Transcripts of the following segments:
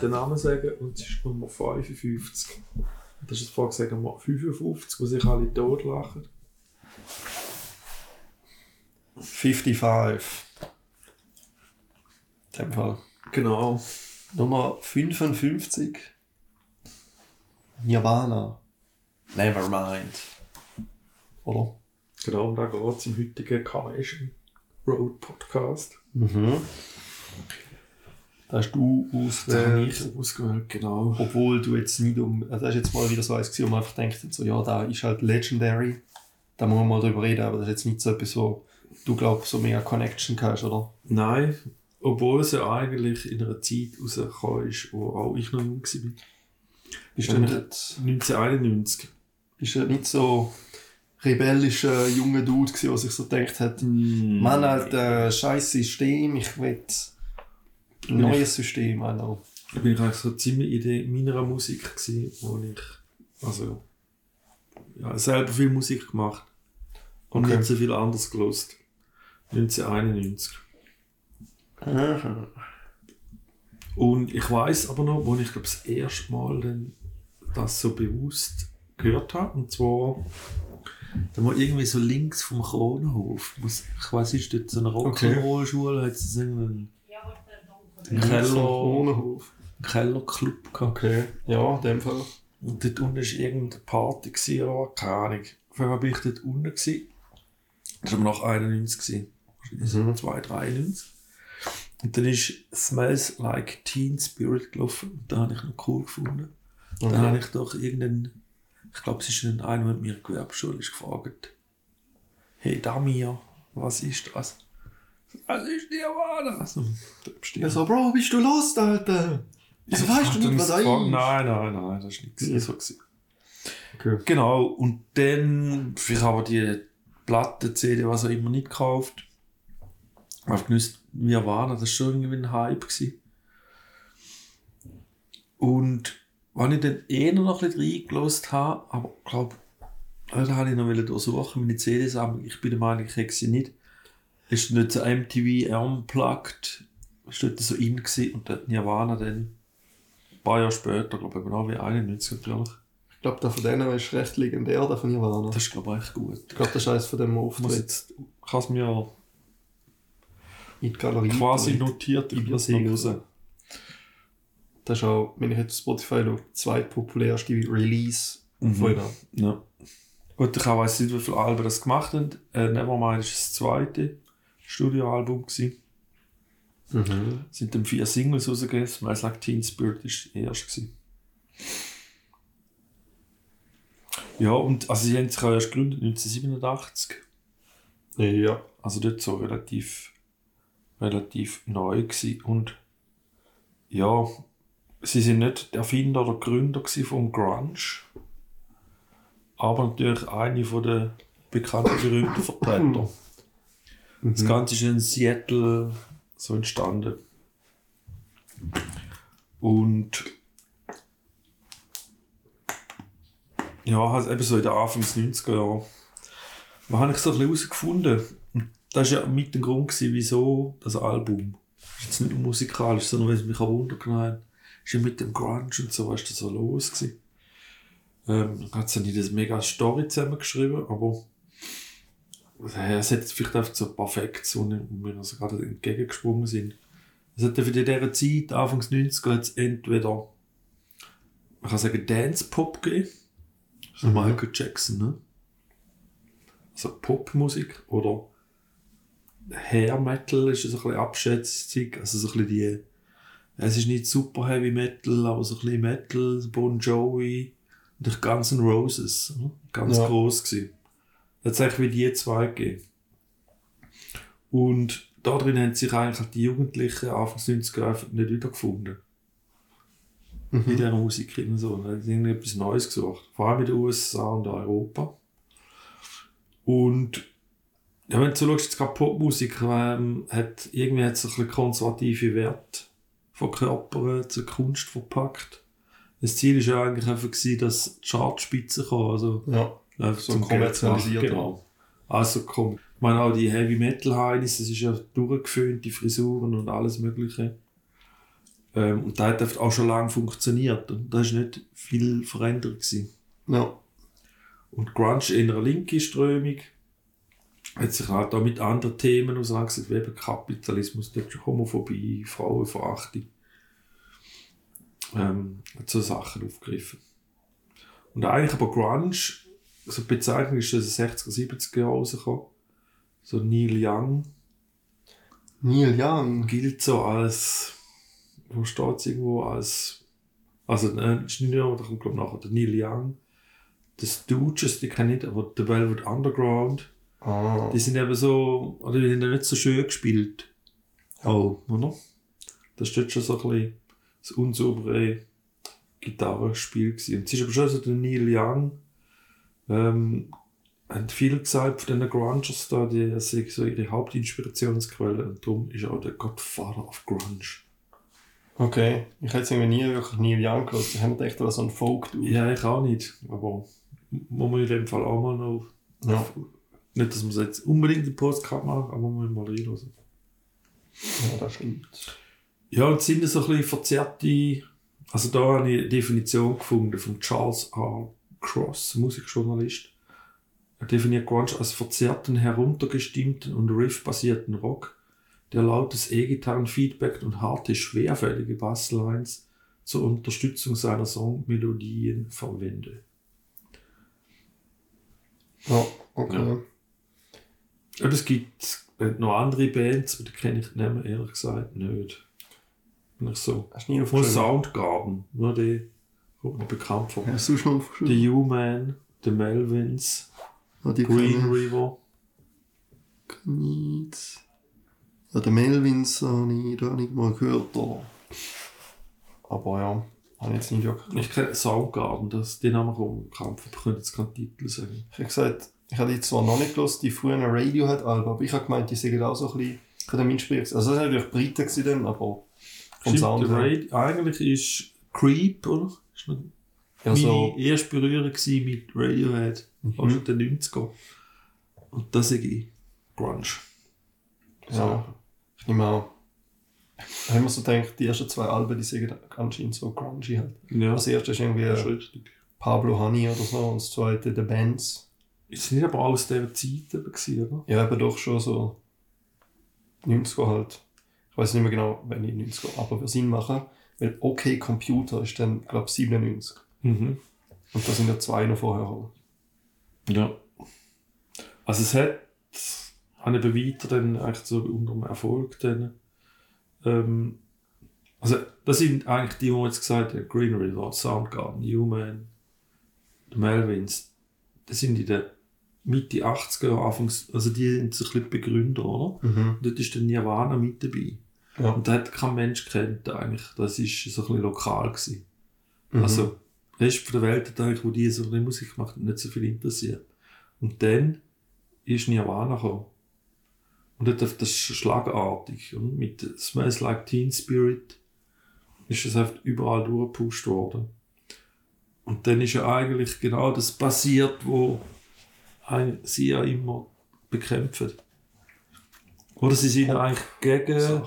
den Namen sagen und es ist Nummer 55. Das ist vorher gesagt Nummer 55, wo sich alle totlachen. 55. In dem Fall. Genau. Nummer 55. Nirvana. Nevermind. Oder? Genau, und da geht es im heutigen Carnation Road Podcast. Da hast du ausgewählt, genau. Obwohl du jetzt nicht also das ist jetzt mal wieder so eins, wo man einfach denkt, so, ja, da ist halt Legendary. Da muss man mal drüber reden, aber das ist jetzt nicht so etwas, wo du glaubst, so mega Connection hast, oder? Nein, obwohl es ja eigentlich in einer Zeit rausgekommen ist, wo auch ich noch jung war. Bist du nicht 1991. Bist du nicht so rebellischer junger Dude gewesen, der sich so gedacht hat, Mann, Alter, scheiß System, ich will ein neues System auch. Ich bin eigentlich so ziemlich in meiner Musik gewesen, wo ich selber viel Musik gemacht und nicht so viel anders gelost. 1991. Aha. Und ich weiss aber noch, wo ich glaube das erste Mal dann das so bewusst gehört habe, und zwar da war irgendwie so links vom Kronenhof. Ich weiss nicht, dort so eine Rock'n'Roll-Schule, hat es einen Kellerclub gehabt. Okay, ja, in dem Fall. Und dort unten war irgendeine Party gewesen, oder keine Ahnung. Auf einmal war ich dort unten gewesen. Das war aber nach 91 gewesen. 293. Und dann ist Smells Like Teen Spirit gelaufen. Und da habe ich noch cool gefunden. Da habe ich doch irgendeinen, ich glaube, es ist einer mit mir Gewerbeschule, ist gefragt: Hey Damir, was ist das? Was ist Nirvana? Also, ja, so, Bro, bist du lost, Alter? Wieso weißt du nicht, was da ist? Nein, das war nicht so. Okay. Genau, und dann, ich habe die Platte, CD, was auch immer, nicht gekauft. Ich habe gewusst, Nirvana, das war schon irgendwie ein Hype gewesen. Und wenn ich dann noch ein bisschen reingelassen habe, aber ich glaube, da habe ich noch durchsuchen, meine CD-Sammlung, ich bin der Meinung, ich hätte sie nicht. Ist nicht so MTV Unplugged, ist dort so in gewesen, und dort Nirvana dann ein paar Jahre später, glaube ich, genau wie 91 natürlich. Ich glaube, der von denen ist recht legendär, der von Nirvana. Das ist, glaube ich, echt gut. Ich glaube, das ist eines von dem Auftritt. Ich kann es mir in die Galerie quasi notiert in das raus. Das ist auch, wenn ich jetzt Spotify schaue, die zweitpopulärste Release von ihnen. Ja. Gut, ich weiss nicht, wie viele Alben das gemacht haben. Nevermind war das zweite Studioalbum. Es sind dann 4 Singles rausgegeben. Smells Like Teen Spirit war das erste. Ja, und also sie haben sich auch erst gegründet 1987. Ja. Also dort so relativ neu gewesen. Und ja, sie sind nicht der Erfinder oder Gründer vom Grunge, aber natürlich eine der bekannten, berühmten Vertreter. Das Ganze ist in Seattle so entstanden. Und ja, also eben so in den Anfangs 90er Jahren. Was habe ich so ein bisschen herausgefunden? Und das war ja mit dem Grund, wieso das Album. Das ist jetzt nicht nur musikalisch, sondern weil es mich auch wundergenommen hat. Ist ja mit dem Grunge und so, was ist das so los gewesen? Hat es ja nicht eine mega Story zusammengeschrieben, aber es hat vielleicht einfach so perfekt, so wir also gerade entgegengesprungen sind. Es hat für diese Zeit, Anfangs 90er, hat es entweder, man kann sagen, Dance-Pop gegeben, also Michael Jackson, ne? Also Popmusik, oder Hair Metal ist so ein bisschen Abschätzung, also so ein bisschen es ist nicht super Heavy Metal, aber so ein bisschen Metal, Bon Jovi und die Guns N' Roses, ganz gross gewesen. Das hat es eigentlich wie die zwei gegeben. Und da drin haben sich eigentlich die Jugendlichen Anfang 90er einfach nicht wiedergefunden. In dieser Musik und so. Da haben sie irgendetwas Neues gesucht. Vor allem in den USA und Europa. Und ja, wenn du so schaust, jetzt gerade Popmusik hat irgendwie so ein bisschen konservative Werte verkörpert, zur Kunst verpackt. Das Ziel war ja eigentlich einfach, dass die Chartspitzen kommen. Also, so kommerzialisiert. Genau. Also ich meine auch die Heavy Metal Heinis, das ist ja durchgeföhnte Frisuren und alles Mögliche. Und das hat auch schon lange funktioniert. Und da war nicht viel verändert gewesen. Ja. Und Grunge in einer linken Strömung hat sich halt auch mit anderen Themen auseinandergesetzt, wie eben Kapitalismus, Homophobie, Frauenverachtung. Hat so Sachen aufgegriffen. Und eigentlich aber Grunge, so die Bezeichnung ist in den 60er, 70er Jahren rausgekommen. So Neil Young. Neil Young? Gilt so als, wo steht es irgendwo, als, also ist nicht nur, da kommt glaube ich nachher der Neil Young. Die Stooges, die kenne ich nicht, aber The Velvet Underground. Ah. Die sind eben so, oder die haben nicht so schön gespielt. Oh, oder? Das ist dort schon so ein bisschen das unsaubere Gitarrenspiel gewesen. Und es ist aber schon so der Neil Young, haben viel gesagt von diesen Grungers da, die sind so ihre Hauptinspirationsquelle und darum ist auch der Godfather of Grunge. Okay, ich hätte es irgendwie nie wirklich Neil Young gehört. Ich habe mir gedacht, was so ein Folk-Dude. Ja, ich auch nicht, aber muss man in dem Fall auch mal noch... Ja. Nicht, dass man es jetzt unbedingt den Postcard macht, aber man muss mal reinhören. Ja, das stimmt. Ja, und sind so ein bisschen verzerrte... Also da habe ich eine Definition gefunden von Charles R. Cross, Musikjournalist. Er definiert Grunge als verzerrten, heruntergestimmten und riff-basierten Rock, der lautes E-Gitarren-Feedback und harte, schwerfällige Basslines zur Unterstützung seiner Songmelodien verwendet. Ja, okay. Ja. Aber es gibt noch andere Bands, aber die kenne ich nicht mehr, ehrlich gesagt nicht. Bin ich so. Hast du nie Nur aufgeschrieben? Soundgarden, nur die kommt mir bekannt vor. Hast du schon aufgeschrieben? The U-Man, The Melvins, Ja, die Green kenne River. ich nicht. Ja, den Melvins habe ich da nicht mal gehört, oder? Aber ja, habe ich jetzt nicht wirklich. Ich kenne Soundgarden, den Namen kommt bekannt vor, aber ich könnte jetzt keinen Titel sagen. Ich habe gesagt, ich habe die zwar noch nicht gehört, die frühen Radiohead-Alben, aber ich habe gemeint, die sind auch so ein bisschen von dem inspiriert. Also das war natürlich breiter gewesen, aber vom Stimmt, Sound her. eigentlich ist Creep, oder? Ist noch Ja, so, meine erste Berührung gewesen mit Radiohead, auch schon in den 90er. Und das ist Grunge. ja, ich nehme an. Ich habe immer so gedacht, die ersten 2 Alben, die sind anscheinend so grungy halt. Ja, Das erste ist irgendwie das ist richtig. Pablo Honey oder so und das zweite The Bands. Ist nicht aber aus dieser Zeit eben gewesen, oder? Ja, eben doch schon so 90er halt. Ich weiß nicht mehr genau, wenn ich 90er, aber wir Sinn machen. Weil OK Computer ist dann, glaube ich, 97. Mhm. Und da sind ja 2 noch vorher auch. Ja. Also es hat, habe ich eben weiter dann eigentlich so unter dem Erfolg dann, also das sind eigentlich die, die wir jetzt gesagt haben, Green River, Soundgarden, U-Man, die Melvins, das sind in der Mitte 80er, Anfangs, also die sind so ein bisschen Begründer, oder? Und dort ist dann Nirvana mit dabei. Ja. Und da hat kein Mensch kennt eigentlich, das ist so ein bisschen lokal gewesen. Also, der Rest von der Welt hat eigentlich, wo die so eine Musik macht, nicht so viel interessiert. Und dann ist Nirvana gekommen. Und dort das ist schlagartig. Und mit Smells Like Teen Spirit ist es einfach überall durchgepusht worden. Und dann ist ja eigentlich genau das passiert, wo sie ja immer bekämpfen. Oder sie sind eigentlich gegen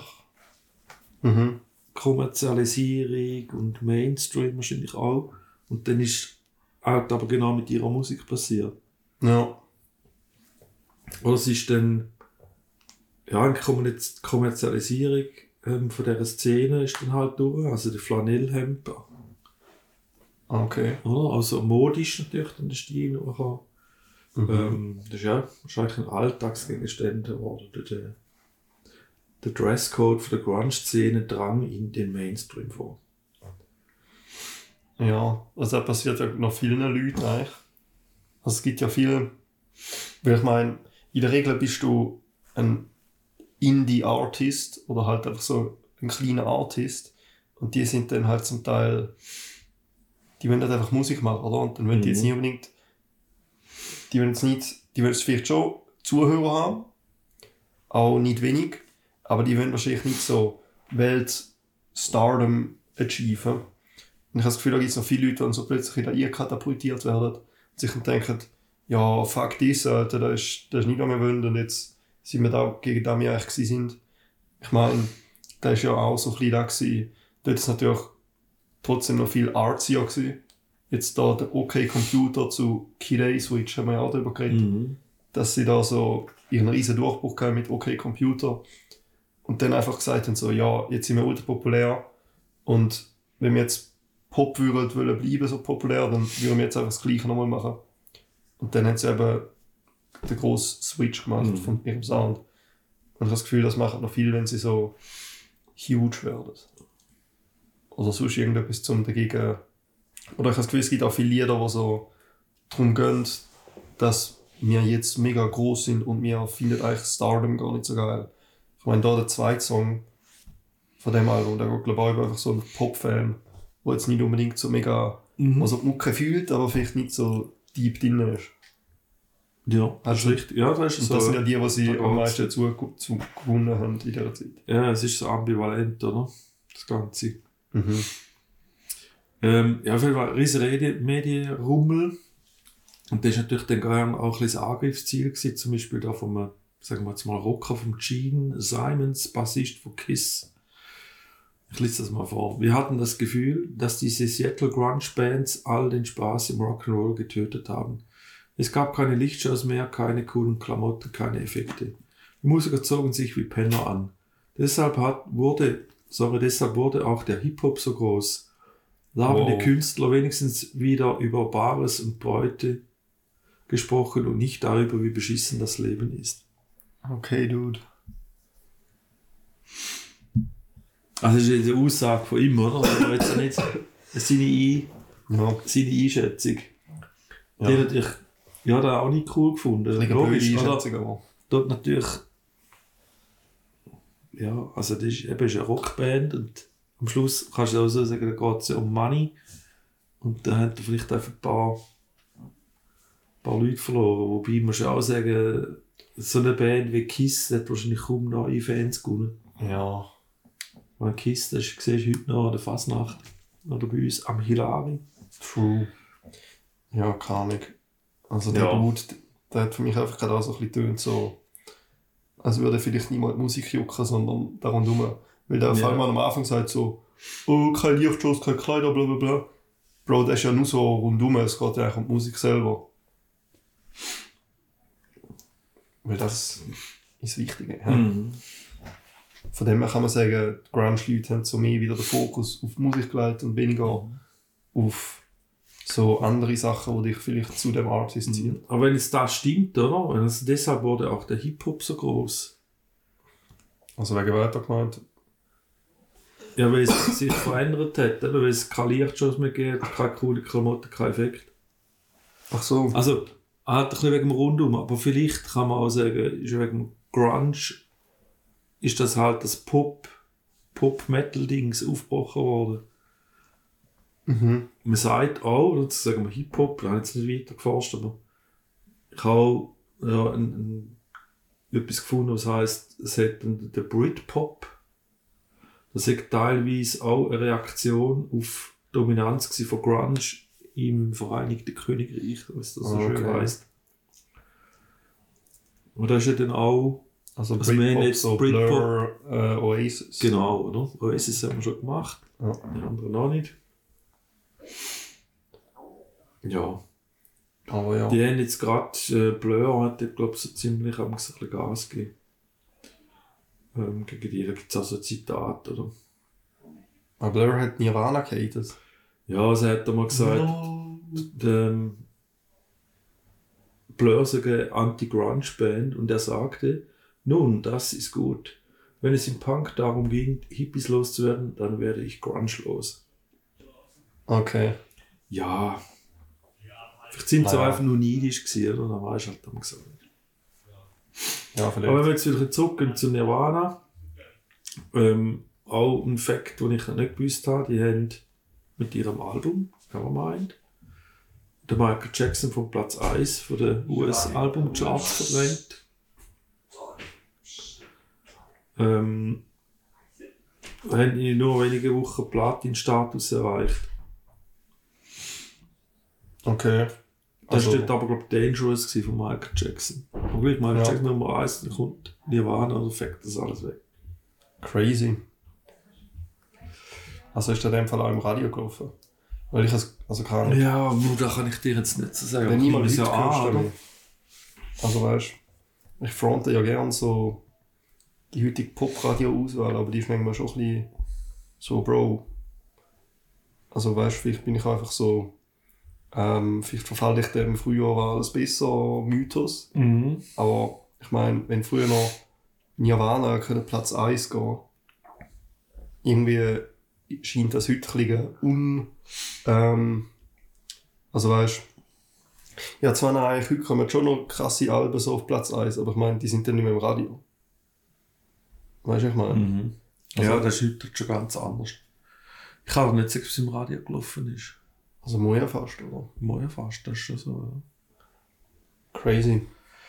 Kommerzialisierung und Mainstream wahrscheinlich auch. Und dann ist halt aber genau mit ihrer Musik passiert. Ja. Oder es ist dann, ja, eigentlich die Kommerzialisierung von dieser Szene ist dann halt durch, also die Flanellhemd. Okay. Oder? Also modisch natürlich dann der Stil nachher. Das ist ja wahrscheinlich ein Alltagsgegenstand geworden. Der Dresscode von der Grunge-Szene drang in den Mainstream vor. Ja, also das passiert ja noch vielen Leuten eigentlich. Also es gibt ja viele, weil ich meine, in der Regel bist du ein Indie-Artist oder halt einfach so ein kleiner Artist und die sind dann halt zum Teil, die wollen halt einfach Musik machen, oder? Und dann wollen die jetzt nicht unbedingt, die wollen jetzt vielleicht schon Zuhörer haben, auch nicht wenig, aber die wollen wahrscheinlich nicht so Welt-Stardom achieven. Und ich habe das Gefühl, da gibt es noch viele Leute, die so plötzlich in der katapultiert werden und sich dann denken, ja, fuck this, Alter, das ist nicht mehr wollen und jetzt sind wir da gegen das wir eigentlich gewesen sind. Ich meine, da war ja auch so ein bisschen da gewesen, dort ist natürlich trotzdem noch viel artsier gewesen. Jetzt da der OK-Computer zu Kid-A-Switch haben wir ja auch darüber geredet, dass sie da so ihren riesen Durchbruch hatten mit OK-Computer und dann einfach gesagt haben so, ja, jetzt sind wir ultra populär und wenn wir jetzt Pop wollen bleiben so populär, dann würden wir jetzt einfach das Gleiche nochmal machen. Und dann haben sie eben den grossen Switch gemacht von ihrem Sound. Und ich habe das Gefühl, das machen noch viel, wenn sie so huge werden. Oder sonst irgendetwas zum dagegen. Oder ich habe das Gefühl, es gibt auch viele Lieder, die so darum gehen, dass wir jetzt mega groß sind und wir finden eigentlich Stardom gar nicht so geil. Ich meine, da der zweite Song von dem Album, der glaube ich einfach so ein Pop-Fan, der jetzt nicht unbedingt so mega, also die Mucke fühlt, aber vielleicht nicht so deep drin ist. Ja, das ist richtig. Ja, das ist und so. Das sind ja die sie am meisten gewonnen haben in dieser Zeit. Ja, es ist so ambivalent, oder? Das Ganze. Ja, auf jeden Fall ein riesen Medienrummel. Und das war natürlich dann gerne auch ein bisschen das Angriffsziel gewesen, zum Beispiel da vom, sagen wir jetzt mal, Rocker vom Gene Simons, Bassist von Kiss. Ich lese das mal vor. Wir hatten das Gefühl, dass diese Seattle Grunge Bands all den Spaß im Rock'n'Roll getötet haben. Es gab keine Lichtshows mehr, keine coolen Klamotten, keine Effekte. Die Musiker zogen sich wie Penner an. Deshalb wurde auch der Hip-Hop so groß. Da haben die Künstler wenigstens wieder über Bares und Beute gesprochen und nicht darüber, wie beschissen das Leben ist. Okay, Dude. Also das ist eine Aussage von ihm, oder? Aber jetzt nicht seine Einschätzung. Ja. Die natürlich, ja, da auch nicht cool gefunden. Logisch, oder? Dort natürlich, ja, also das ist eben eine Rockband und am Schluss kannst du auch so sagen, da geht es ja um Money und da hat er vielleicht einfach ein paar Leute verloren. Wobei man schon auch sagen, so eine Band wie Kiss hat wahrscheinlich kaum neue Fans gewonnen. Ja. Weil Kiss, das siehst du heute noch an der Fasnacht oder bei uns am Hilari. True. Ja, keine Ahnung. Also der Dude, der hat für mich einfach gerade auch so ein bisschen tönt, so als würde vielleicht niemand Musik jucken, sondern da rundherum. Weil der auf einmal am Anfang sagt so, oh, kein Lichtshows, kein Kleider, bla bla bla. Bro, das ist ja nur so rundherum, es geht ja eigentlich um die Musik selber. Weil das ist das Wichtige. Ja. Von dem her kann man sagen, die Grunge-Leute haben so mehr wieder den Fokus auf die Musik gelegt und weniger auf so andere Sachen, die dich vielleicht zu dem Artist ziehen. Aber wenn es das stimmt, oder? Also deshalb wurde auch der Hip-Hop so groß. Also wegen weiter gemeint? Ja, weil es sich verändert hat, oder? Weil es keine Lichtshows mehr gibt, keine coole Klamotten, kein Effekt. Ach so. Also, halt ein bisschen wegen dem Rundum, aber vielleicht kann man auch sagen, ist wegen dem Grunge ist das halt das Pop-Metal-Dings aufgebrochen worden. Man sagt auch, oder das sagen wir Hip-Hop, ich habe jetzt nicht weiter geforscht, aber ich habe auch etwas gefunden, was heisst, es hat der Britpop. Das ist teilweise auch eine Reaktion auf die Dominanz von Grunge im Vereinigten Königreich, was das so schön heisst. Und da ist ja dann auch, also Britpop, so Blur, Oasis. Genau, oder? Oasis haben wir schon gemacht, die anderen noch nicht. Ja. Aber ja. Die haben jetzt gerade, Blur hat glaube ich so ziemlich ein bisschen Gas gegeben. Gegen die, da gibt es auch so ein Zitat, oder? Aber Blur hat Nirvana gehatet. Ja, sie hat mal gesagt, Blur ist eine Anti-Grunge-Band und er sagte, nun, das ist gut. Wenn es im Punk darum ging, Hippies loszuwerden, dann werde ich Grunge los. Okay. Ja. Vielleicht sind sie einfach nur neidisch gewesen, oder? Dann weißt du halt damals gesagt. Ja, vielleicht. Aber wenn wir jetzt wieder zurückgehen zu Nirvana, auch ein Fakt, den ich nicht gewusst habe, die haben mit ihrem Album, Nevermind, der Michael Jackson von Platz 1 von den US-Album-Charts verdrängt. Haben in nur wenigen Wochen Platin-Status erreicht. Okay. Das war dort aber, glaube ich, Dangerous von Michael Jackson. Und gleich Michael Jackson Nummer 1, dann kommt Nirvana und fängt das alles weg. Crazy. Also ist der in dem Fall auch im Radio gelaufen? Weil ich also keine Ahnung. Ja, nur da kann ich dir jetzt nicht so sagen. Wenn niemand Leute Leute hörst, oder? dann- Also weißt du, ich fronte ja gerne so die heutige Pop-Radio-Auswahl, aber die ist manchmal schon ein bisschen so, Bro. Also weißt du, vielleicht bin ich einfach so, vielleicht verfalle ich dem früher war alles besser Mythos. Mhm. Aber ich meine, wenn früher noch Nirvana können Platz 1 gehen, irgendwie scheint das heute ein bisschen also weißt ja, zwar noch eigentlich heute kommen schon noch krasse Alben so auf Platz 1, aber ich meine, die sind dann nicht mehr im Radio. Weißt du, ich meine? Mhm. Also- Ja, das ist heute schon ganz anders. Ich kann aber nicht sagen, ob es im Radio gelaufen ist. Also muss ja fast, oder? Mal fast, das ist schon so, Crazy.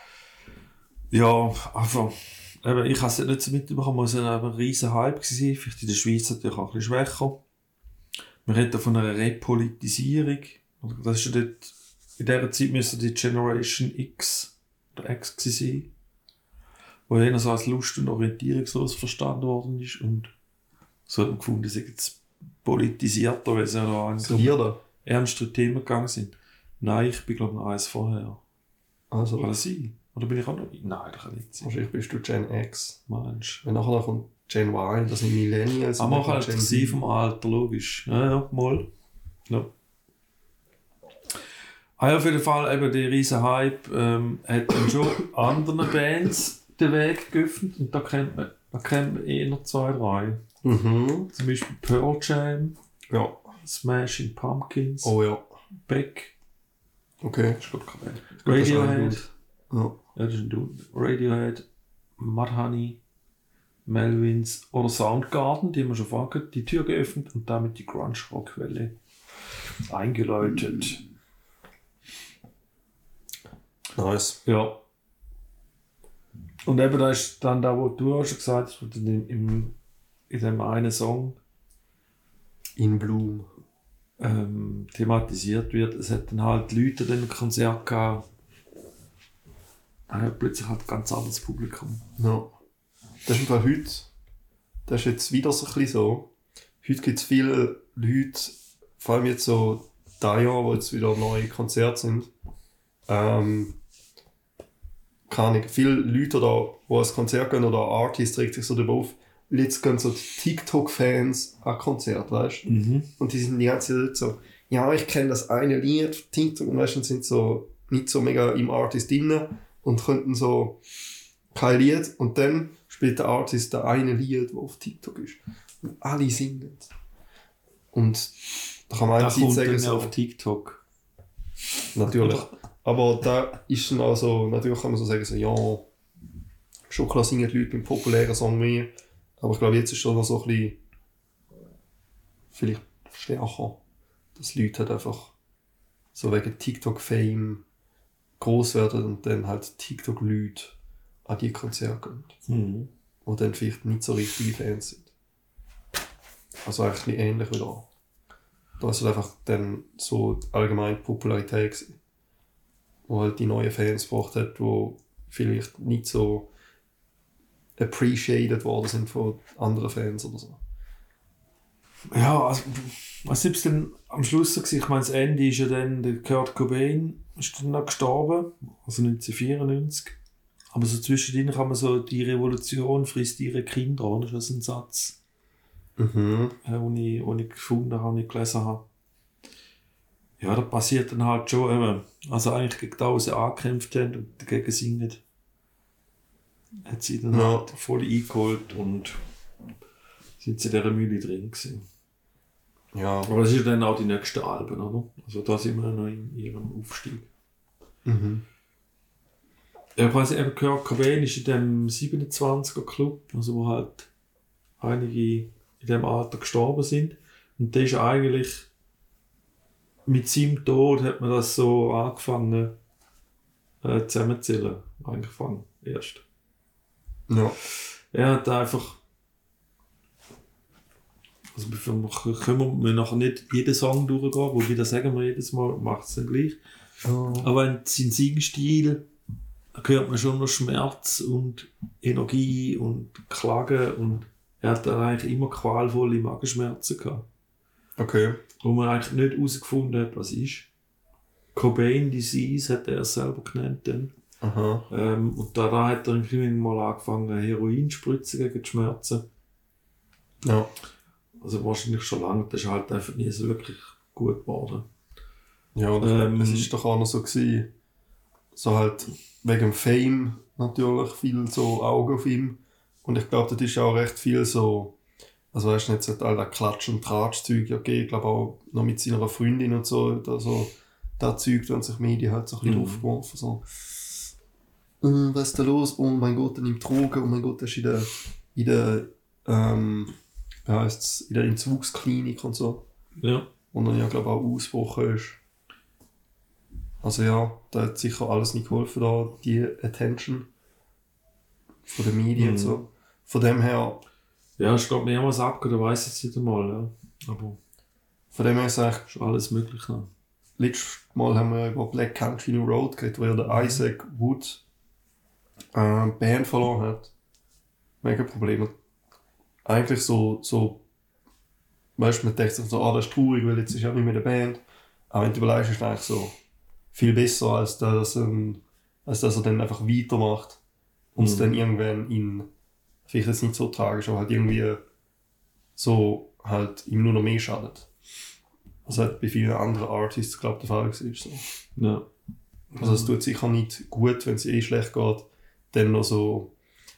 ja. Ja, einfach. Eben, ich habe es nicht so mitbekommen, es war ein riesen Hype gewesen. Vielleicht in der Schweiz natürlich auch ein bisschen schwächer. Wir reden von einer Repolitisierung. Das ist ja dort, in dieser Zeit müsste die Generation X oder X gewesen sein, wo eher so als lust- und orientierungslos verstanden worden ist. Und so hat man gefunden, sie jetzt politisierter, weil sie ja noch an So da. ernstere Themen gegangen sind. Nein, ich bin glaube ich noch eins vorher. Also, Kann das sein? Oder bin ich auch noch? Nein, das kann nicht sein. wahrscheinlich bist du Gen X. Mensch. Wenn nachher kommt Gen Y, das sind Millennials. Aber und auch dann halt kommt Gen sie Z. vom Alter, logisch. Ja, ja, mal. Ja. Ah, ja, auf jeden Fall, eben der riesen Hype hat dann schon anderen Bands den Weg geöffnet. Und da kennt man eher noch 2, 3. Mhm. Zum Beispiel Pearl Jam, Ja. Smashing Pumpkins, Oh ja. Beck. Okay. Das ist glaube ich keine Band. Das ist ein Radiohead. Ja. Ja, das ist ein Dude. Radiohead, Mudhoney, Melvins oder Soundgarden, die haben wir schon vorher die Tür geöffnet und damit die Grunge-Rockwelle eingeläutet. Nice. Ja. Und eben da ist dann da, wo du auch schon gesagt hast, wo dann in dem einen Song In Bloom. thematisiert wird, es hat dann halt Leute an dem Konzert gehabt, plötzlich halt ganz anderes Publikum. Ja. Das ist einfach heute, das ist jetzt wieder so ein bisschen so. Heute gibt es viele Leute, vor allem jetzt so dieses Jahr, wo jetzt wieder neue Konzerte sind. Keine Ahnung, viele Leute, oder, die ans Konzert gehen oder Artists regt sich so darüber auf, jetzt gehen so die TikTok-Fans an Konzert, weißt du? Mhm. Und die sind die ganze Zeit so, ja, ich kenne das eine Lied von TikTok, und meistens sind so nicht so mega im Artist drin und könnten so kein Lied, und dann spielt der Artist das eine Lied, das auf TikTok ist. Und alle singen. Und da kann man Da einerseits kommt sagen, dann so, auf TikTok. natürlich. Aber da ist dann also, natürlich kann man so sagen, so, ja, schon klar singen die Leute beim populären Song mehr. Aber ich glaube, jetzt ist schon noch so ein bisschen, vielleicht stärker, dass Leute halt einfach so wegen TikTok-Fame groß werden und dann halt TikTok-Leute an die Konzerte gehen. Mhm. Die dann vielleicht nicht so richtige Fans sind. Also eigentlich ein bisschen ähnlich wie da. Da ist halt einfach dann so allgemein die Popularität gewesen. Wo halt die neuen Fans gebracht hat, die vielleicht nicht so appreciated worden sind von anderen Fans oder so. Ja, also, was ist denn am Schluss so gewesen? Ich meine, das Ende ist ja dann, der Kurt Cobain ist dann noch gestorben, also 1994. Aber so zwischendrin kann man so, die Revolution frisst ihre Kinder, oder? Das ist ein Satz, Mhm. den ich gefunden habe, den ich gelesen habe. Ja, da passiert dann halt schon eben. Also eigentlich gegen das, was sie angekämpft haben und dagegen singen, hat sie dann Ja. halt voll eingeholt und sind sie in dieser Mühle drin gewesen. Ja. Aber das ist ja dann auch die nächsten Alben, oder? Also da sind wir noch in ihrem Aufstieg. Mhm. Ja, quasi eben Kurt Cobain ist in dem 27er Club, also wo halt einige in dem Alter gestorben sind. Und der ist eigentlich mit seinem Tod hat man das so angefangen zusammenzählen. Angefangen erst. Ja. Er hat einfach. Also können wir nachher nicht jeden Song durchgehen, wobei das sagen wir jedes Mal, macht es dann gleich. Aber in seinem Singenstil hört man schon noch Schmerz und Energie und Klagen, und er hat dann eigentlich immer qualvolle Magenschmerzen gehabt. Okay. wo man eigentlich nicht herausgefunden hat, was ist. Cobain Disease hat er selber genannt dann. Aha. Und da hat er irgendwann mal angefangen, Heroin zu spritzen gegen die Schmerzen. Ja. Also wahrscheinlich schon lange, das ist halt einfach nie so wirklich gut geworden. Ja, und ich glaube, es ist doch auch noch so gewesen, so halt wegen dem Fame natürlich viel so Augen auf ihm. Und ich glaube, das ist auch recht viel so, also weißt du, jetzt hat all das Klatsch- und Tratsch-Zeug ja gegeben, ich glaube auch noch mit seiner Freundin und so, da so, das Zeug, da haben sich Medien halt so ein bisschen aufgeworfen, so, was ist da los? Oh mein Gott, er nimmt Drogen, oh mein Gott, er ist in der wie heisst's, in der Entzugsklinik und so. Ja. Und dann ja, glaube ich, auch ausgebrochen ist. Also ja, da hat sicher alles nicht geholfen, da, die Attention von den Medien und so. Von dem her... Ja, ich glaube, mehrmals abgehört, weiss ich jetzt nicht einmal, ja. Aber von dem her ist eigentlich... ist alles möglich noch. Letztes Mal haben wir über Black Country New Road geredet, wo ja der Isaac Wood die Band verloren hat. Mega Probleme. Eigentlich so weißt du, man denkt sich so, das ist traurig, weil jetzt ist ja nicht mehr der Band. Aber wenn du überlegst, ist es eigentlich so viel besser, als dass er dann einfach weitermacht und es dann irgendwann vielleicht jetzt nicht so tragisch, aber halt irgendwie so halt ihm nur noch mehr schadet. Was halt bei vielen anderen Artists, glaube ich, der Fall war. So. Ja. Also es tut sicher nicht gut, wenn es schlecht geht, dann noch so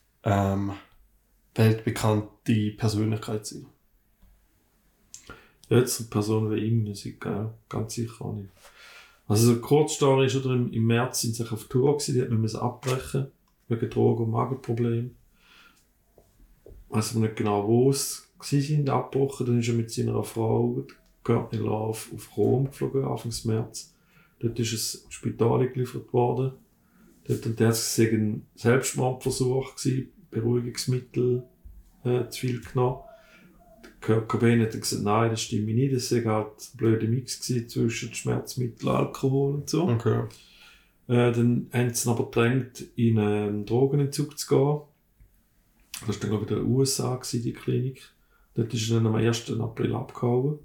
weltbekannte Persönlichkeit sein. Jetzt eine Person wie ihm, Musik, ganz sicher auch nicht. Also so eine Kurzstory ist, oder im März sind sie auf Tour gewesen, die hat man abbrechen wegen Drogen- und Magenproblemen. Weiß man nicht genau, wo es sind, abgebrochen. Dann ist er mit seiner Frau, Courtney Love, auf Rom geflogen, Anfang März. Dort ist es ins Spital geliefert worden. Dort hat er ein Selbstmordversuch gewesen, Beruhigungsmittel zu viel genommen. Kurt Cobain hat gesagt, nein, das stimmt nicht. Das war halt ein blöder Mix zwischen Schmerzmittel, Alkohol und so. Okay. Dann haben sie ihn aber gedrängt, in einen Drogenentzug zu gehen. Das war dann, glaube ich, in den USA, die Klinik. Dort ist er dann am 1. April abgehauen.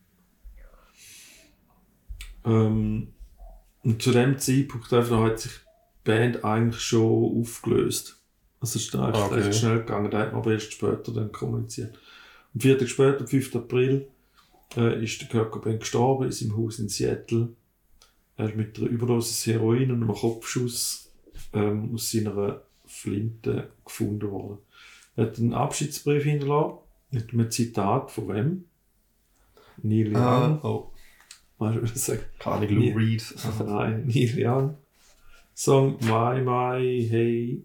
Und zu dem Zeitpunkt hat sich die Band eigentlich schon aufgelöst. Also es ist dann eigentlich recht schnell gegangen, da hat man aber erst später dann kommuniziert. Am 4 Tage später, am 5. April, ist der Kurt Cobain gestorben in seinem Haus in Seattle. Er ist mit einer Überdosis Heroin und einem Kopfschuss aus seiner Flinte gefunden worden. Er hat einen Abschiedsbrief hinterlassen mit einem Zitat von wem? Neil Young. Weißt du, was ich sage? Kann ich Lou Reed. Nein, Neil Young. Song My Hey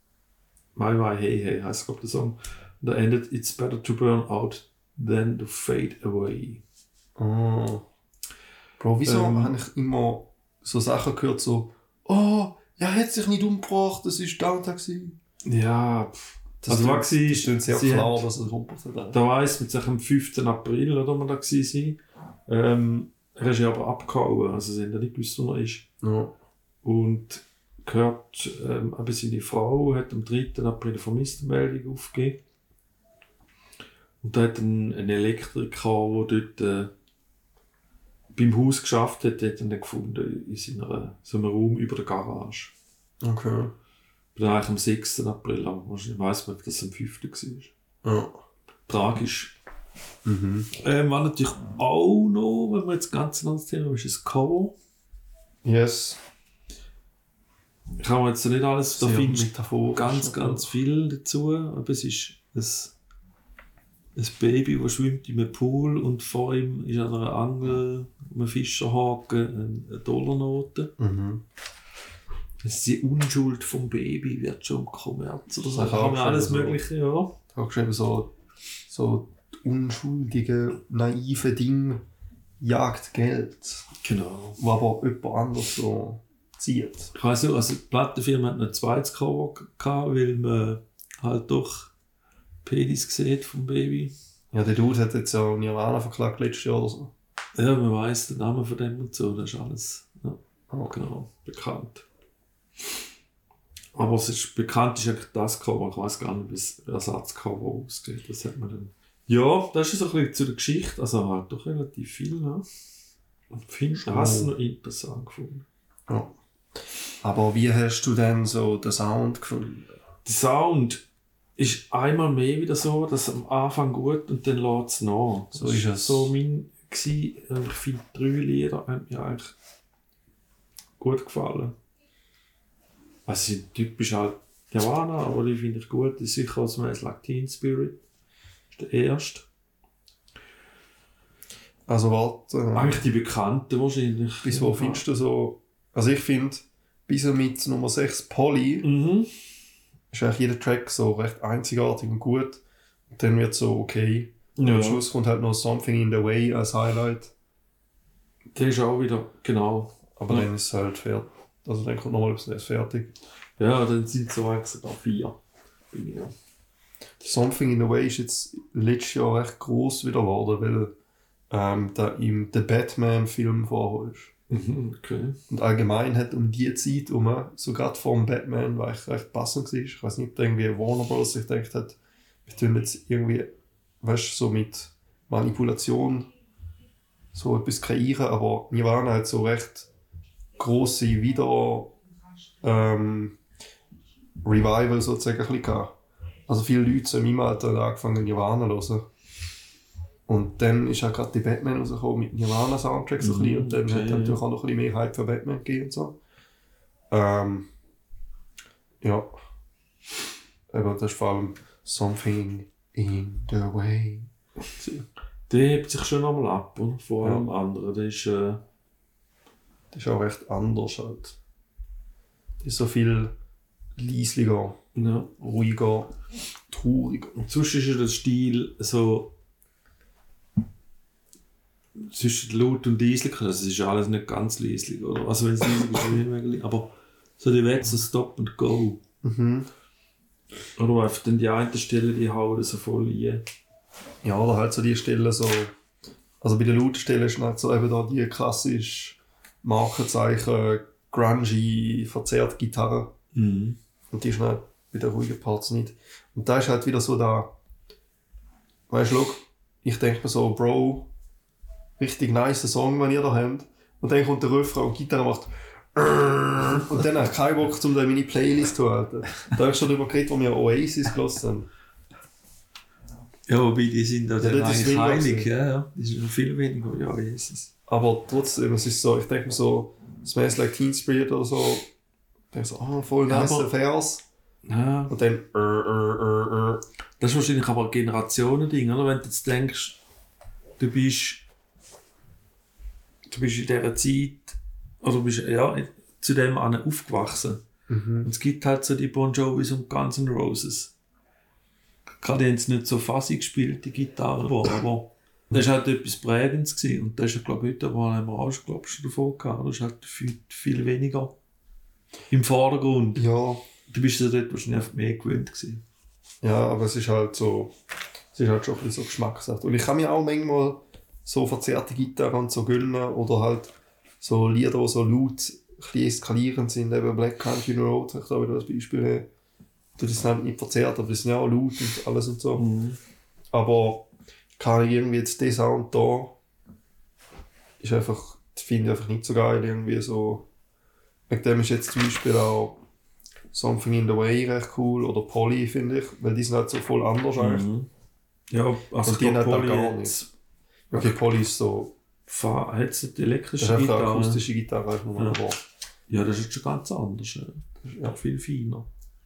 Hey heisst, glaube ich, der Song. Und da endet It's better to burn out than to fade away. Oh. Bro, wieso habe ich immer so Sachen gehört, so, oh, er hat sich nicht umgebracht, das war Downtown gewesen. Ja, das ist sehr klar, dass er umgebracht hat. Da weiss man sich am 5. April, oder wir da waren. Er ist ja aber abgehauen, also sie haben ja nicht gewusst, wo er ist. Ja. Und gehört, aber seine Frau hat am 3. April eine Vermisstenmeldung aufgegeben. Und da hat ein Elektriker, der dort beim Haus geschafft hat, hat ihn dann gefunden in so einem Raum über der Garage. Okay. Dann eigentlich am 6. April, aber wahrscheinlich weiss man, ob das am 5. war. Ja. Tragisch. Was natürlich auch noch, wenn wir jetzt ganz anderes Thema ist, das Cover. Yes. Ich habe jetzt nicht alles, da findest du ganz viel dazu, aber es ist ein Baby, das schwimmt in einem Pool und vor ihm ist an einer Angel, einem Fischerhaken, eine Dollarnote. Das ist die Unschuld vom Baby, wird schon Kommerz oder so. Da haben wir alles Mögliche, ja. Da hast du eben so unschuldige, naive Dinge jagt Geld. Genau. Wo aber jemand anders so zieht. Ich weiss nicht, also die Plattenfirma hat noch ein zweites Cover gehabt, weil man halt doch Penis sieht vom Baby. Ja, der Dude hat jetzt ja Nirvana verklagt letztes Jahr oder so. Ja, man weiss den Namen von dem und so, das ist alles genau, bekannt. Aber es ist bekannt, ist eigentlich das Cover, ich weiss gar nicht, wie das Ersatzcover aussieht, das hat man dann... Ja, das ist so ein bisschen zu der Geschichte, also halt doch relativ viel, ne? Und hast du noch interessant gefunden. Ja. Aber wie hast du denn so den Sound gefunden? Der Sound ist einmal mehr wieder so, dass am Anfang gut und dann lässt es nach. So ist es. So mein gewesen. Ich finde, 3 Lieder haben mir eigentlich gut gefallen. Also typisch halt Nirvana, aber die finde ich gut. Das ist sicher Smells Like Teen Spirit. Das ist der erste. Also warte. Eigentlich die bekannten wahrscheinlich. Bis wo findest du so... Also ich finde, bis mit Nummer 6 Polly ist eigentlich jeder Track so recht einzigartig und gut. Und dann wird es so okay. Und am Schluss kommt halt noch Something in the Way als Highlight. Der ist auch wieder, genau. Aber dann ist es halt fertig. Also dann kommt nochmal etwas fertig. Ja, dann sind es so eigentlich sogar 4. Ja. Something in the Way ist jetzt letztes Jahr recht gross wieder geworden, weil da im The Batman-Film vorher ist. Okay. Und allgemein hat um die Zeit so gerade vor dem Batman, war ich recht passend war. Ich weiß nicht, ob irgendwie Warner Bros. Sich gedacht hat, wir tun jetzt irgendwie, weißt du, so mit Manipulation so etwas kreieren, aber Nirvana hat so recht grosse Revival sozusagen ein bisschen gehabt. Also viele Leute so in meinem Alter haben angefangen Nirvana zu hören. Und dann ist auch gerade die Batman rausgekommen mit Nirvana-Soundtrack so ein bisschen. Und dann hat natürlich auch noch ein bisschen mehr Hype für Batman gegeben und so. Ja. Aber das ist vor allem Something in the Way. Der hebt sich schon einmal ab, oder? Vor allem anderen. Das ist auch recht anders halt. Das ist so viel leislicher, ruhiger, trauriger. Und sonst ist ja der Stil so zwischen laut und leislich. Also es ist alles nicht ganz leislich, oder? Also wenn es leislich ist, nicht, aber so die Wetze Stop and Go. Oder einfach dann die eine Stelle, die hauen so voll rein. Ja, oder halt so die Stellen so... Also bei den lauten Stellen ist halt so eben da die klassische Markenzeichen, grungy, verzerrte Gitarre. Und die ist halt bei den ruhigen Parts nicht. Und da ist halt wieder so da... Weißt du, ich denke mir so, Bro, richtig nice Song, den ihr da habt. Und dann kommt der Refrain und die Gitarre macht... Und dann habe ich keinen Bock, um meine Playlist zu halten. Da habe ich schon darüber geredet, wo wir Oasis gehört haben. Ja, wobei die sind da dann eigentlich heilig, ja. Die sind viel weniger wie Oasis. Aber trotzdem, es ist so, ich denke mir so, Smells Like Teen Spirit oder so, ich denke so, voll nice Vers. Ja. Und dann Das ist wahrscheinlich aber ein Generationending, oder? Wenn du jetzt denkst, du bist in dieser Zeit, oder du bist zu dem aufgewachsen. Und es gibt halt so die Bon Jovis und Guns N' Roses. Gerade haben sie nicht so fassig gespielt, die Gitarre, aber das war halt etwas Prägendes gewesen. Und das ist, glaube ich, heute, aber haben wir auch schon, schon davon gehabt. Das ist halt viel weniger im Vordergrund. Ja. Du bist ja dort wahrscheinlich einfach mehr gewöhnt gewesen. Ja, aber es ist halt so, es ist halt schon ein bisschen so Geschmackssache. Und ich kann mir auch manchmal so verzerrte Gitarren und so gönnen oder halt so Lieder, die so laut ein bisschen eskalierend sind, eben Black Country Road, ich da wieder als Beispiel. Das sind nicht verzerrt, aber das sind ja auch laut und alles und so. Aber kann ich irgendwie jetzt den Sound da, ist einfach, finde ich einfach nicht so geil, irgendwie so. Wegen dem ist jetzt zum Beispiel auch Something in the Way recht cool oder Polly, finde ich, weil die sind halt so voll anders eigentlich. Ja, also und die halt auch gar nicht. Okay, Polly ist so... Hat es die elektrische Gitarre? Das ist Gitarre? eine akustische Gitarre. Ja, das ist jetzt schon ganz anders. Das ist viel feiner.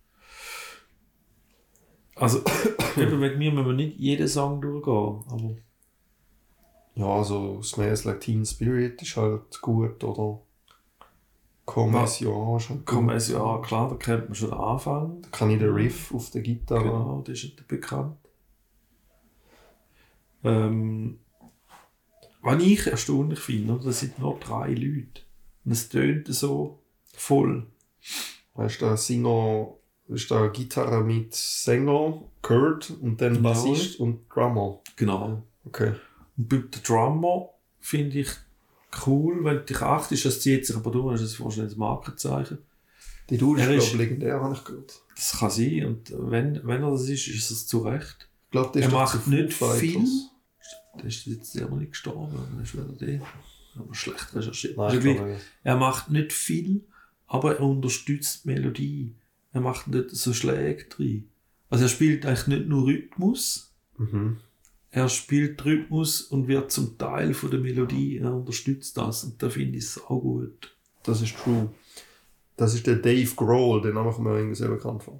Also, wegen mir müssen wir nicht jeden Song durchgehen, aber... Ja, also Smells Like Teen Spirit ist halt gut, oder? Comme es ja ist halt Comme es ja, klar, da kennt man schon den Anfang. Da kann ich den Riff auf der Gitarre. Genau, das ist nicht bekannt. Was ich erstaunlich finde, das sind nur 3 Leute. Und es tönt so voll. Weißt du, der Singer... ist da Gitarre mit Sänger, Kurt und dann Bassist und Drummer. Genau. Okay. Und bei den Drummer finde ich cool, wenn du dich achtest, das zieht sich aber durch, das ist wahrscheinlich ein Markenzeichen. Die Dude ist, glaube ich, legendär, habe ich gehört. Das kann sein, und wenn er das ist es zu Recht. Ich glaube, der Er ist doch macht zu nicht Foo Fighters. viel. Der ist jetzt ja noch nicht gestorben, dann ist wieder der. Aber schlecht recherchiert. Nein, Also ich gleich, glaube nicht. er macht nicht viel, aber er unterstützt die Melodie. Er macht nicht so Schläge drin. Also er spielt eigentlich nicht nur Rhythmus, Mhm. er spielt Rhythmus und wird zum Teil von der Melodie. Er unterstützt das und da finde ich es auch gut. Das ist true. Das ist der Dave Grohl, den Namen kommt mir irgendwie sehr bekannt vor.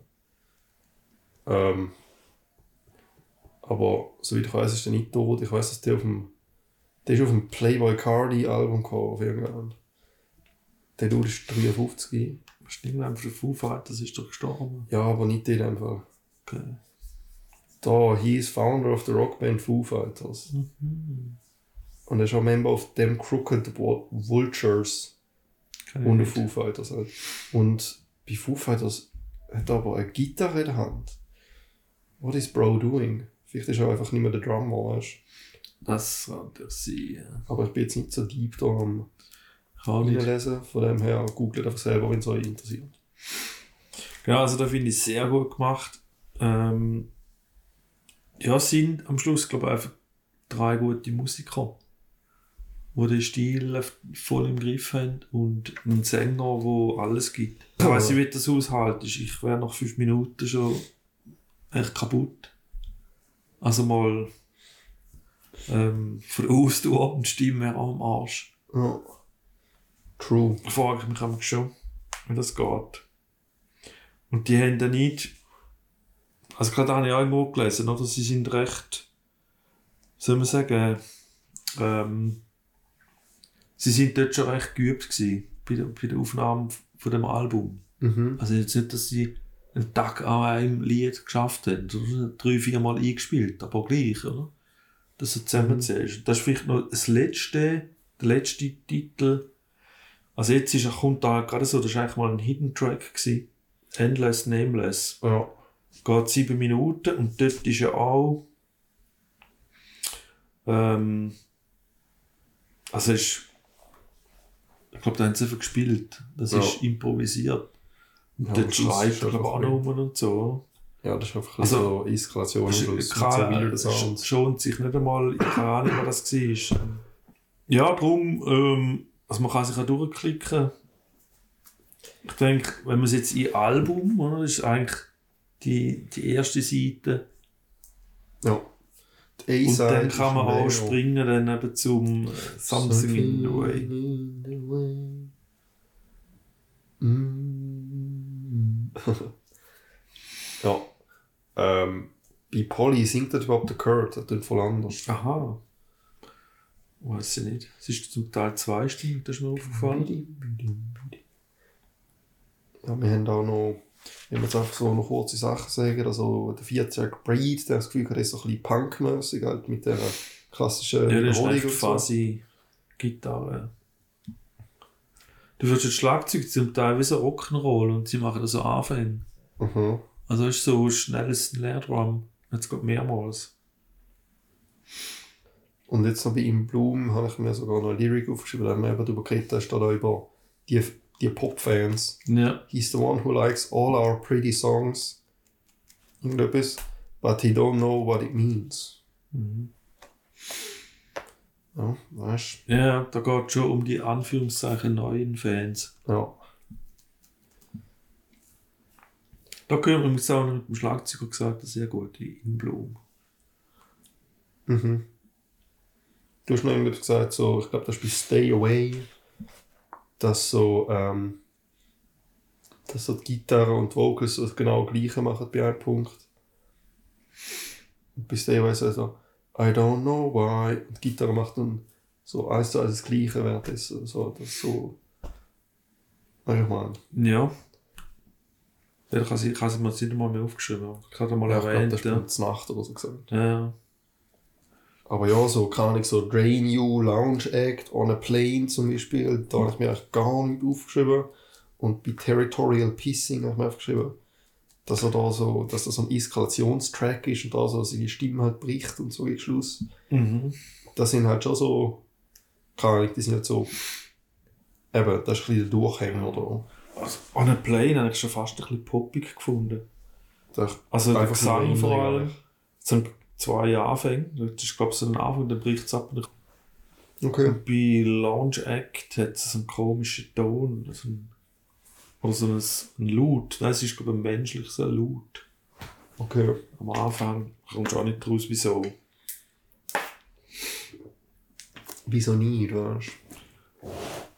Aber soweit ich weiß, ist der nicht tot. Ich weiß, dass der ist auf dem Playboy Cardi Album gekommen, auf irgendwann. Der Dude ist 53. Irgendwann von den Foo Fighters ist doch gestorben. Ja, aber nicht in dem Fall. Okay. Da, he is founder of the rockband Foo Fighters. Und er ist auch Member of them Crooked Vultures und der Foo Fighters halt. Und bei Foo Fighters hat er aber eine Gitarre in der Hand. What is Bro doing? Vielleicht ist er einfach nicht mehr der Drummer, weißt du? Das kann er sein. Ja. Aber ich bin jetzt nicht so deep da am Kann nicht. lesen. Von dem her googelt einfach selber, wenn es euch interessiert. Genau, also da finde ich es sehr gut gemacht. Ja, es sind am Schluss, glaube ich, einfach 3 gute Musiker, die den Stil voll im Griff haben und einen Sänger, der alles gibt. Ich weiss nicht, wie das aushält. Ich wäre nach 5 Minuten schon echt kaputt. Also mal von der Ausdauer und die Stimme auch am Arsch. Ja. True. Da frage ich mich immer schon, wie das geht. Und die haben dann nicht, also gerade habe ich auch irgendwo gelesen, oder? Sie sind recht, soll man sagen, sie sind dort schon recht geübt gewesen, bei der Aufnahme von dem Album. Mhm. Also jetzt nicht, dass sie einen Tag an einem Lied geschafft haben, sondern 3-4 Mal eingespielt, aber gleich, oder? Dass du zusammenzählst. Das ist vielleicht noch der letzte Titel. Also jetzt kommt da gerade so, das war eigentlich mal ein Hidden Track gewesen. Endless Nameless. Ja. Geht 7 Minuten und dort ist ja auch also ich glaube, da haben sie einfach gespielt. Das Ja. ist improvisiert. Und Ja, dort das schreit ist er einfach auch noch rum und so. Ja, das ist einfach Also, so Eskalation. Es schont sich nicht einmal, ich keine Ahnung, was das war. Ja, darum, also man kann sich auch durchklicken. Ich denke, wenn man es jetzt in Album, oder, das ist eigentlich die erste Seite. Ja. Die Und A-Side dann ist kann man auch mega. springen dann eben zum Something in the Way. in the way. Mm. Ja. Bei Polly singt das überhaupt der Kurt, das klingt voll anders. Aha. Weiß ich nicht. Es ist zum Teil zweistimmig, das ist mir aufgefallen. Ja, wir haben auch noch, wenn wir jetzt einfach so noch kurze Sachen sagen, also der 14-jährige Breed, der das Gefühl hat, er ist so ein bisschen punkmässig, halt mit der klassischen Ja, das ist Wiederholung echt und so. quasi Gitarre. Du würdest das Schlagzeug zum Teil wie so Rock'n'Roll und sie machen das so Anfänge. Mhm. Also ist so schnelles Snare-Drum. Jetzt geht mehrmals. Und jetzt noch bei In Bloom habe ich mir sogar noch eine Lyric aufgeschrieben, da haben wir eben darüber geredet, da steht da über die Pop-Fans. Ja. He's the one who likes all our pretty songs. Irgendetwas. But he don't know what it means. Mhm. Ja, weißt Ja, da geht es schon um die Anführungszeichen neuen Fans. du? Ja. Da können wir übrigens auch noch mit dem Schlagzeuger gesagt, das sehr gut, die In Bloom. Mhm. Du hast noch irgendetwas gesagt, so, ich glaube, das ist bei Stay Away, dass so die Gitarre und die Vocals das genau das Gleiche machen bei einem Punkt. Und bei Stay Away sagt so, I don't know why. Und die Gitarre macht dann so 1:1 das Gleiche, während das so, weißt du, ich meine? Ja. Ja, ich habe es mir jetzt nicht mal mehr aufgeschrieben. Ich habe mal Ja, ich glaube, erwähnt. das ist bei Nacht oder so gesagt. Ja. Aber ja, so keine Ahnung, so Drain You, Lounge Act, On a Plane zum Beispiel, da habe ich mir eigentlich gar nicht aufgeschrieben. Und bei Territorial Pissing habe ich mir aufgeschrieben, dass das so ein Eskalationstrack ist und da so seine Stimme halt bricht und so gegen Schluss. Mhm. Das sind halt schon so, keine Ahnung, die sind halt so, eben, das ist ein bisschen der Durchhänger, oder? Also, On a Plane habe ich schon fast ein bisschen poppig gefunden. Das ist Also der einfach Gesang nur vor Erinnerung allem. So ein 2 Anfänge. Das ist, glaube ich, so ein Anfang, dann bricht es ab. Okay. Und bei Launch Act hat es so einen komischen Ton. Oder so ein Laut. Nein, es ist, glaube ich, ein menschliches Laut. Okay. Am Anfang kommst du auch nicht raus, wieso. Wieso nicht, weißt du?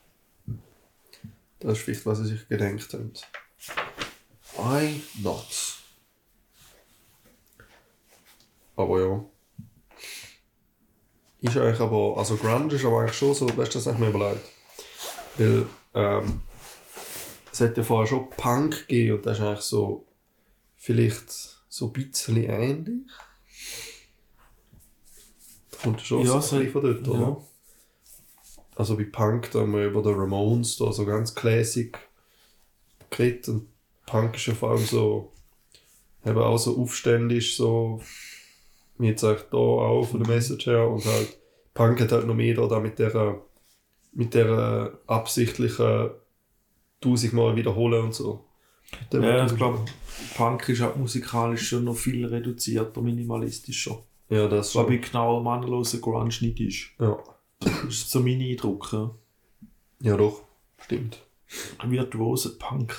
Das ist vielleicht, was sie sich gedacht haben. Why not? Aber ja. Ist eigentlich aber, also Grunge ist aber eigentlich schon so, weißt du, das habe ich mir überlegt. Weil, es hat ja vorher schon Punk gegeben und das ist eigentlich so, vielleicht so ein bisschen ähnlich. Da kommt schon Ja, so ein bisschen von dort, ja. oder? Also bei Punk, da haben wir über den Ramones, da so ganz Classic geredet und Punk ist ja vor allem so, eben auch so aufständisch, so, wie jetzt eigentlich da auch von der Message her und halt, Punk hat halt noch mehr da mit der absichtlichen 1000-mal wiederholen und so. Ja, ich glaube, Punk ist halt musikalisch schon noch viel reduzierter, minimalistischer. Ja, das Was bei schon. genau mannlosen Grunge nicht ist. Ja. Das ist so mein Eindruck. Ja. Ja, doch. Stimmt. Virtuose Punk.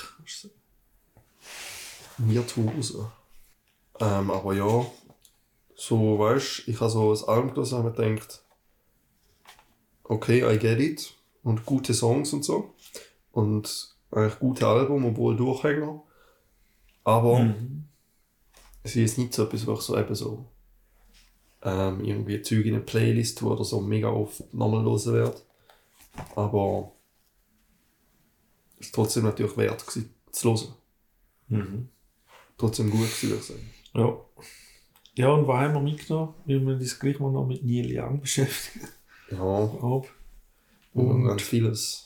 Virtuose. Aber ja, so, weißt du, ich habe so ein Album gelesen und mir gedacht, okay, I get it. Und gute Songs und so. Und eigentlich gute Album, obwohl Durchhänger. Aber es ist nicht so etwas, was so eben so irgendwie Zeug in eine Playlist, wo oder so mega oft nochmal hören wird. Aber es war trotzdem natürlich wert gewesen, zu hören. Trotzdem gut gewesen, würde ich sagen. Ja. Ja, und was haben wir mitgenommen? Wir müssen uns gleich mal noch mit Neil Young beschäftigen. Ja, Ab. und ganz vieles.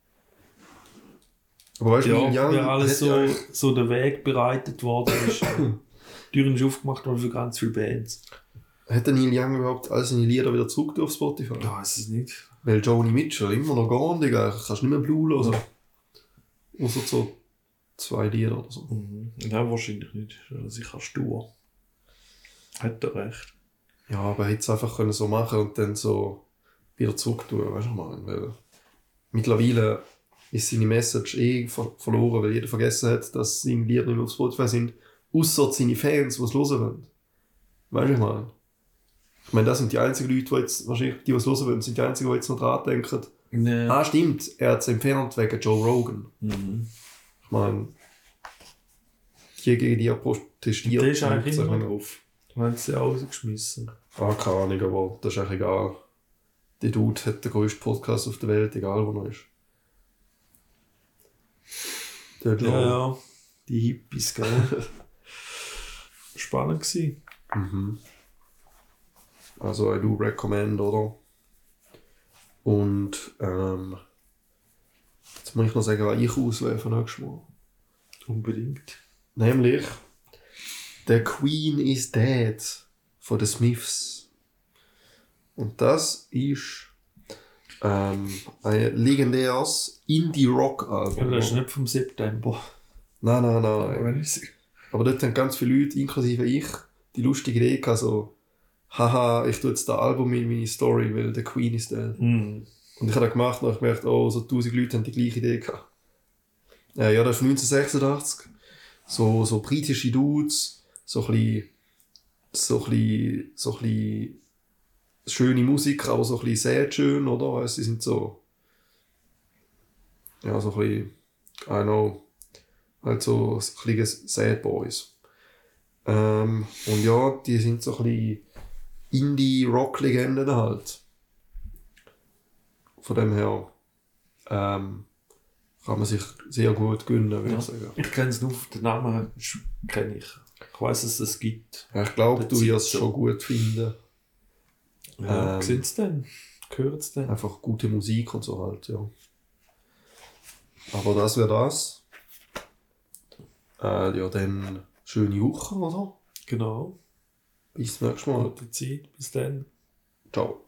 Aber weißt du, Ja, Neil Young wie alles hat ja so der Weg bereitet worden ist. Die Türen ist aufgemacht worden für ganz viele Bands. hat der Neil Young überhaupt all seine Lieder wieder zurück auf Spotify? Ich weiß es nicht. Weil Joni Mitchell immer noch gar nicht, eigentlich kannst du nicht mehr Blue hören. Außer so 2 Lieder oder so. Nein, wahrscheinlich nicht. Sicher stur. Hat er recht. Ja, aber er hätte es einfach können so machen und dann so wieder zurück tun, weißt du mal. Weil mittlerweile ist seine Message verloren, weil jeder vergessen hat, dass seine Lieder nicht mehr auf Spotify sind. Ausser seine Fans, die es hören wollen. Weißt du, ich meine? Ich meine, das sind die einzigen Leute, die jetzt, wahrscheinlich die es hören wollen, sind die einzigen, die jetzt noch dran denken. Nee. Ah, stimmt, er hat es entfernt wegen Joe Rogan. Ich meine, die gegen die er protestiert. Der ist eigentlich immer noch. drauf. Wir haben sie auch rausgeschmissen. Ah, keine Ahnung, aber das ist eigentlich egal. Der Dude hat den grössten Podcast auf der Welt, egal wo er ist. Der Ja. Die Hippies, gell? Spannend gewesen. Also, I do recommend, oder? Und, jetzt muss ich noch sagen, was ich auswähle für nächstes Mal. Unbedingt. Nämlich The Queen is Dead von den Smiths. Und das ist ein legendäres Indie-Rock-Album. Ja, das ist nicht vom September. Nein. Wenn ich sie- Aber dort haben ganz viele Leute, inklusive ich, die lustige Idee gehabt, so, haha, ich tue jetzt das Album in meine Story, weil The Queen is Dead. Und ich habe das gemacht und ich gemerkt, oh, so 1000 Leute haben die gleiche Idee gehabt. Ja, das ist von 1986. So britische Dudes, so ein bisschen schöne Musik, aber so ein bisschen sehr schön, oder? Weißt, sie sind so, ja, so ein bisschen, I know, halt so ein bisschen Sad Boys. Und ja, die sind so ein bisschen Indie-Rock-Legenden halt. Von dem her, kann man sich sehr gut gönnen, würde ich sagen. Ich kenne es nur, den Namen kenne ich. Ich weiss, dass es das gibt. Ja, ich glaube, du Zeit wirst es so. schon gut finden. Ja, sehen Sie denn? Hören Sie denn? Einfach gute Musik und so halt, ja. Aber das wäre das. Ja, dann schöne Woche, oder? Genau. Bis zum nächsten Mal. Gute Zeit. Bis dann. Ciao.